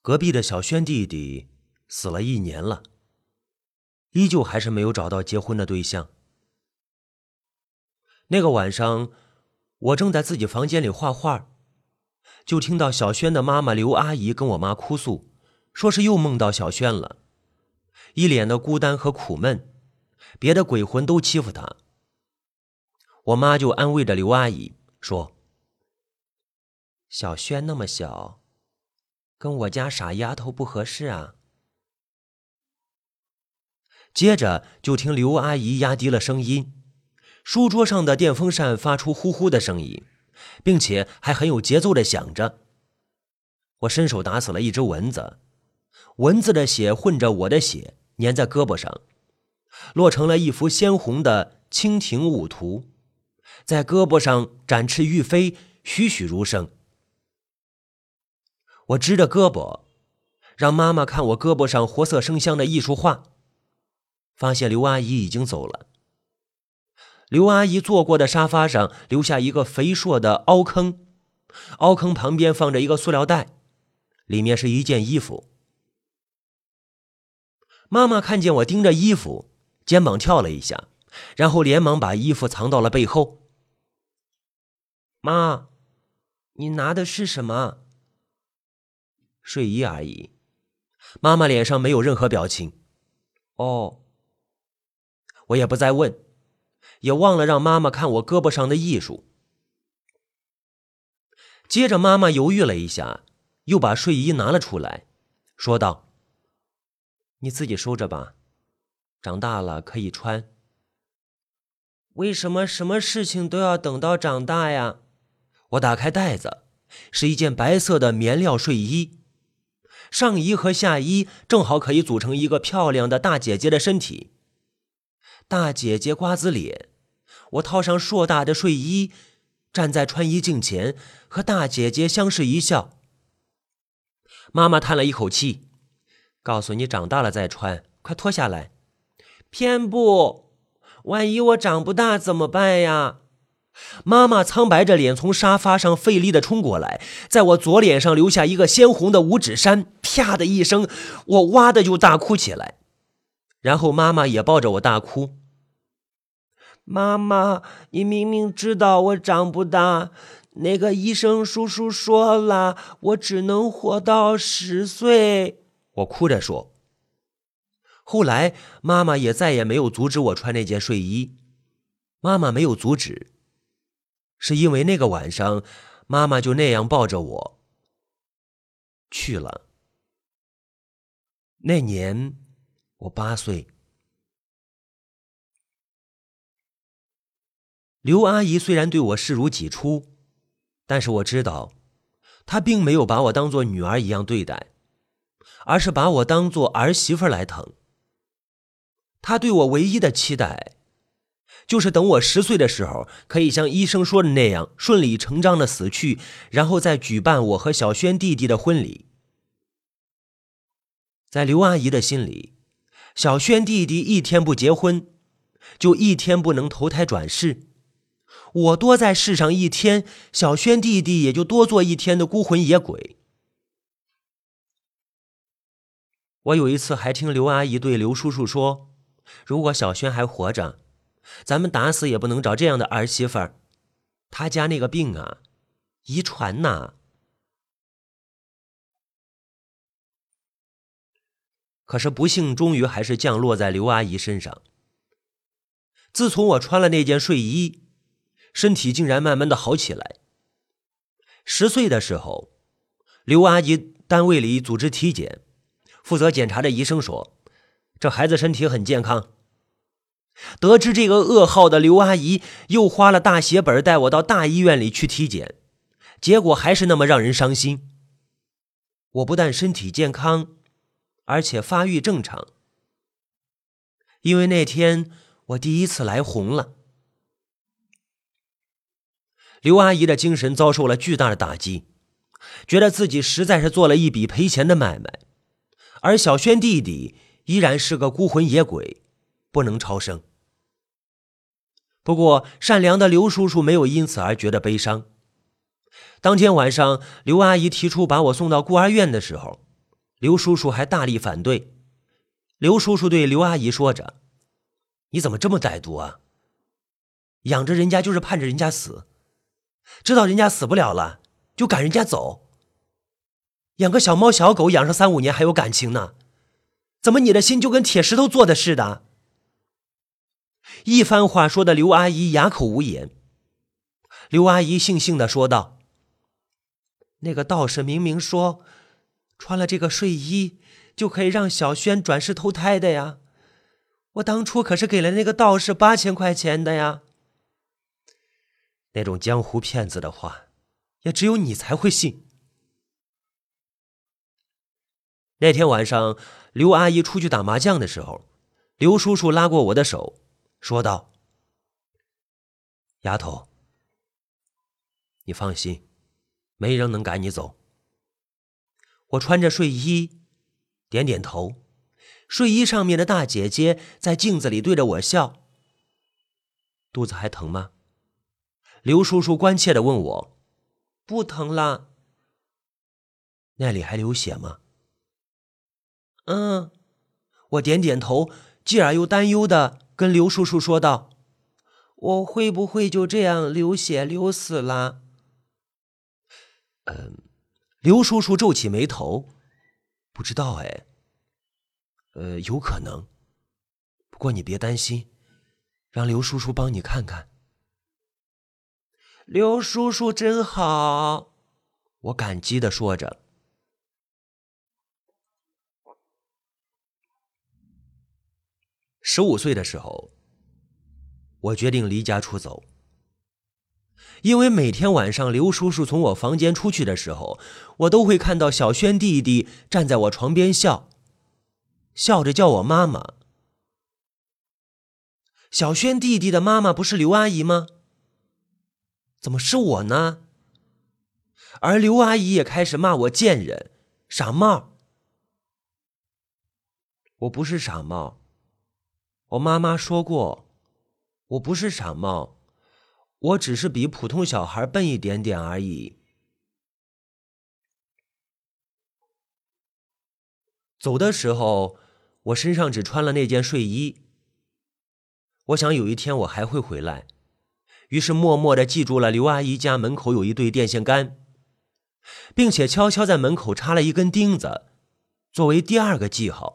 隔壁的小轩弟弟死了1年了，依旧还是没有找到结婚的对象。那个晚上，我正在自己房间里画画，就听到小轩的妈妈刘阿姨跟我妈哭诉，说是又梦到小轩了，一脸的孤单和苦闷，别的鬼魂都欺负她。我妈就安慰着刘阿姨说：“小轩那么小，跟我家傻丫头不合适啊。”接着就听刘阿姨压低了声音，书桌上的电风扇发出呼呼的声音，并且还很有节奏地响着。我伸手打死了一只蚊子，蚊子的血混着我的血，粘在胳膊上，落成了一幅鲜红的蜻蜓舞图，在胳膊上展翅欲飞，栩栩如生。我支着胳膊，让妈妈看我胳膊上活色生香的艺术画，发现刘阿姨已经走了。刘阿姨坐过的沙发上留下一个肥硕的凹坑，凹坑旁边放着一个塑料袋，里面是一件衣服。妈妈看见我盯着衣服，肩膀跳了一下，然后连忙把衣服藏到了背后。妈，你拿的是什么？睡衣而已。妈妈脸上没有任何表情。哦，我也不再问，也忘了让妈妈看我胳膊上的艺术。接着妈妈犹豫了一下，又把睡衣拿了出来，说道：“你自己收着吧，长大了可以穿。”为什么什么事情都要等到长大呀？我打开袋子，是一件白色的棉料睡衣，上衣和下衣正好可以组成一个漂亮的大姐姐的身体。大姐姐瓜子脸，我套上硕大的睡衣，站在穿衣镜前，和大姐姐相视一笑。妈妈叹了一口气，告诉你长大了再穿，快脱下来。偏不，万一我长不大怎么办呀？妈妈苍白着脸从沙发上费力地冲过来，在我左脸上留下一个鲜红的五指山，啪的一声，我哇的就大哭起来，然后妈妈也抱着我大哭。妈妈，你明明知道我长不大，那个医生叔叔说了，我只能活到10岁。我哭着说。后来妈妈也再也没有阻止我穿那件睡衣。妈妈没有阻止，是因为那个晚上妈妈就那样抱着我去了。那年我8岁。刘阿姨虽然对我视如己出，但是我知道她并没有把我当作女儿一样对待，而是把我当作儿媳妇来疼。她对我唯一的期待就是等我10岁的时候，可以像医生说的那样顺理成章的死去，然后再举办我和小轩弟弟的婚礼。在刘阿姨的心里，小轩弟弟一天不结婚，就一天不能投胎转世。我多在世上一天，小轩弟弟也就多做一天的孤魂野鬼。我有一次还听刘阿姨对刘叔叔说，如果小轩还活着，咱们打死也不能找这样的儿媳妇儿，他家那个病啊，遗传呐。可是不幸终于还是降落在刘阿姨身上。自从我穿了那件睡衣，身体竟然慢慢的好起来。10岁的时候，刘阿姨单位里组织体检，负责检查的医生说，这孩子身体很健康。得知这个噩耗的刘阿姨又花了大血本带我到大医院里去体检，结果还是那么让人伤心。我不但身体健康，而且发育正常。因为那天我第一次来红了。刘阿姨的精神遭受了巨大的打击，觉得自己实在是做了一笔赔钱的买卖，而小轩弟弟依然是个孤魂野鬼，不能超生。不过善良的刘叔叔没有因此而觉得悲伤。当天晚上，刘阿姨提出把我送到孤儿院的时候， 刘叔叔还大力反对。刘叔叔对刘阿姨说着：“你怎么这么歹毒啊？养着人家就是盼着人家死，知道人家死不了了，就赶人家走。养个小猫小狗养上3、5年还有感情呢，怎么你的心就跟铁石头做的似的？”一番话说的刘阿姨哑口无言。刘阿姨悻悻地说道：“那个道士明明说，穿了这个睡衣就可以让小轩转世投胎的呀，我当初可是给了那个道士8000块钱的呀。那种江湖骗子的话，也只有你才会信。”那天晚上，刘阿姨出去打麻将的时候，刘叔叔拉过我的手，说道：“丫头，你放心，没人能赶你走。”我穿着睡衣，点点头。睡衣上面的大姐姐在镜子里对着我笑。“肚子还疼吗？”刘叔叔关切地问我。“不疼了。”“那里还流血吗？”“嗯。”我点点头，继而又担忧地跟刘叔叔说道：“我会不会就这样流血流死了？”刘叔叔皱起眉头：“不知道哎，有可能。不过你别担心，让刘叔叔帮你看看。”“刘叔叔真好。”我感激地说着。15岁的时候，我决定离家出走。因为每天晚上刘叔叔从我房间出去的时候，我都会看到小轩弟弟站在我床边笑着叫我妈妈。小轩弟弟的妈妈不是刘阿姨吗？怎么是我呢？而刘阿姨也开始骂我贱人、傻帽。我不是傻帽，我妈妈说过，我不是傻帽，我只是比普通小孩笨一点点而已。走的时候，我身上只穿了那件睡衣。我想有一天我还会回来，于是默默地记住了刘阿姨家门口有一对电线杆，并且悄悄在门口插了一根钉子，作为第2个记号。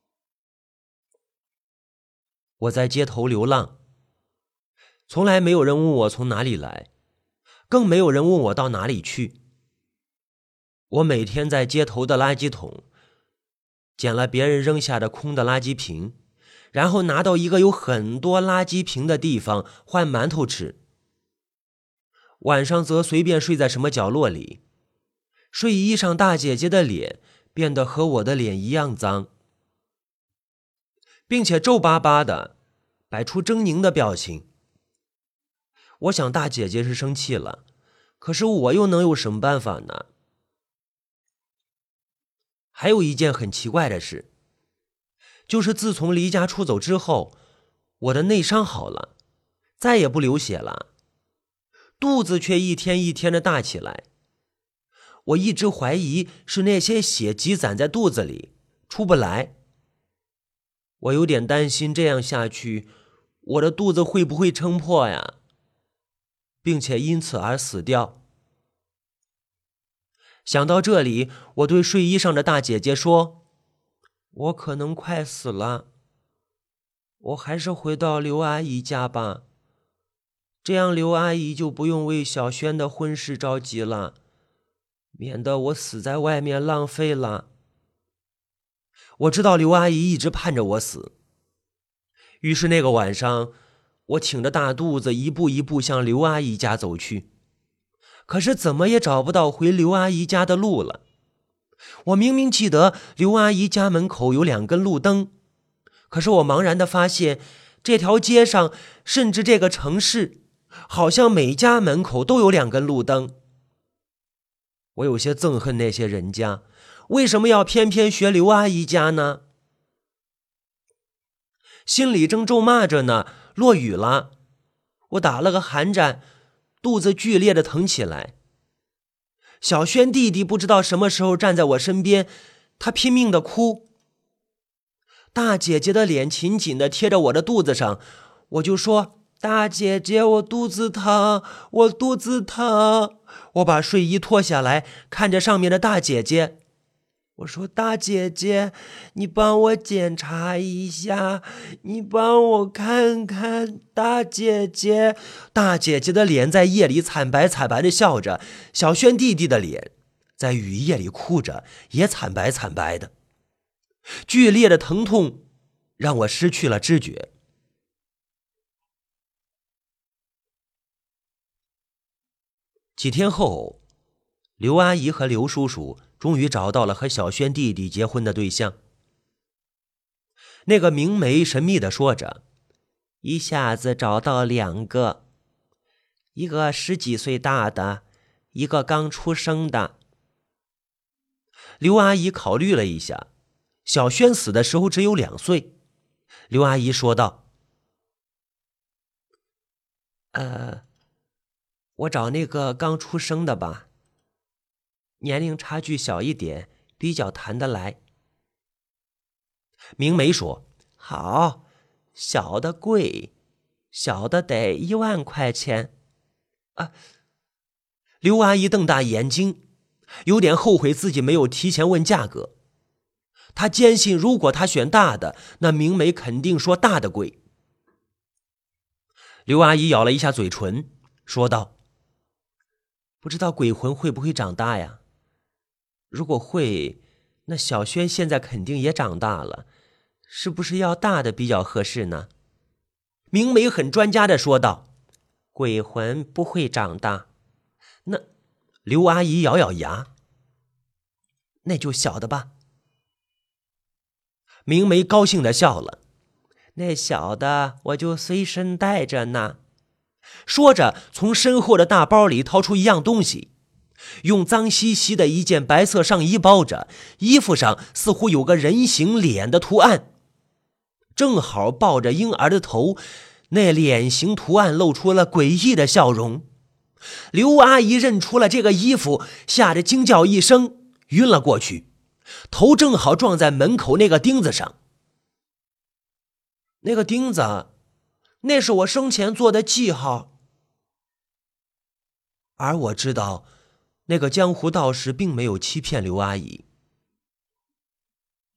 我在街头流浪，从来没有人问我从哪里来，更没有人问我到哪里去。我每天在街头的垃圾桶捡了别人扔下的空的垃圾瓶，然后拿到一个有很多垃圾瓶的地方换馒头吃。晚上则随便睡在什么角落里，睡衣上大姐姐的脸变得和我的脸一样脏，并且皱巴巴的摆出狰狞的表情。我想大姐姐是生气了，可是我又能有什么办法呢？还有一件很奇怪的事，就是自从离家出走之后，我的内伤好了，再也不流血了，肚子却一天一天的大起来。我一直怀疑是那些血积攒在肚子里出不来。我有点担心这样下去，我的肚子会不会撑破呀，并且因此而死掉。想到这里，我对睡衣上的大姐姐说：“我可能快死了，我还是回到刘阿姨家吧，这样刘阿姨就不用为小轩的婚事着急了，免得我死在外面浪费了。”我知道刘阿姨一直盼着我死，于是那个晚上，我挺着大肚子一步一步向刘阿姨家走去。可是怎么也找不到回刘阿姨家的路了。我明明记得刘阿姨家门口有2根路灯，可是我茫然地发现，这条街上甚至这个城市，好像每家门口都有2根路灯。我有些憎恨那些人家，为什么要偏偏学刘阿姨家呢？心里正咒骂着呢，落雨了，我打了个寒战，肚子剧烈的疼起来。小轩弟弟不知道什么时候站在我身边， 她拼命地哭。大姐姐的脸紧紧地贴着我的肚子上，我就说：大姐姐，我肚子疼，我肚子疼。我把睡衣脱下来，看着上面的大姐姐，我说：大姐姐，你帮我检查一下，你帮我看看，大姐姐。大姐姐的脸在夜里惨白惨白的笑着，小轩弟弟的脸在雨夜里哭着，也惨白惨白的。剧烈的疼痛让我失去了知觉。几天后，刘阿姨和刘叔叔终于找到了和小轩弟弟结婚的对象。那个明媒神秘地说着，一下子找到2个，一个10几岁大的，一个刚出生的。刘阿姨考虑了一下，小轩死的时候只有2岁。刘阿姨说道：我找那个刚出生的吧，年龄差距小一点，比较谈得来。明媒说：好，小的贵，小的得1万块钱。刘阿姨瞪大眼睛，有点后悔自己没有提前问价格。她坚信如果她选大的，那明媒肯定说大的贵。刘阿姨咬了一下嘴唇，说道：不知道鬼魂会不会长大呀？如果会，那小轩现在肯定也长大了，是不是要大的比较合适呢？明媒很专家地说道：鬼魂不会长大。那刘阿姨咬咬牙，那就小的吧。明媒高兴地笑了，那小的我就随身带着呢。说着从身后的大包里掏出一样东西，用脏兮兮的一件白色上衣包着，衣服上似乎有个人形脸的图案，正好抱着婴儿的头，那脸型图案露出了诡异的笑容。刘阿姨认出了这个衣服，吓得惊叫一声，晕了过去，头正好撞在门口那个钉子上。那个钉子，那是我生前做的记号。而我知道，那个江湖道士并没有欺骗刘阿姨。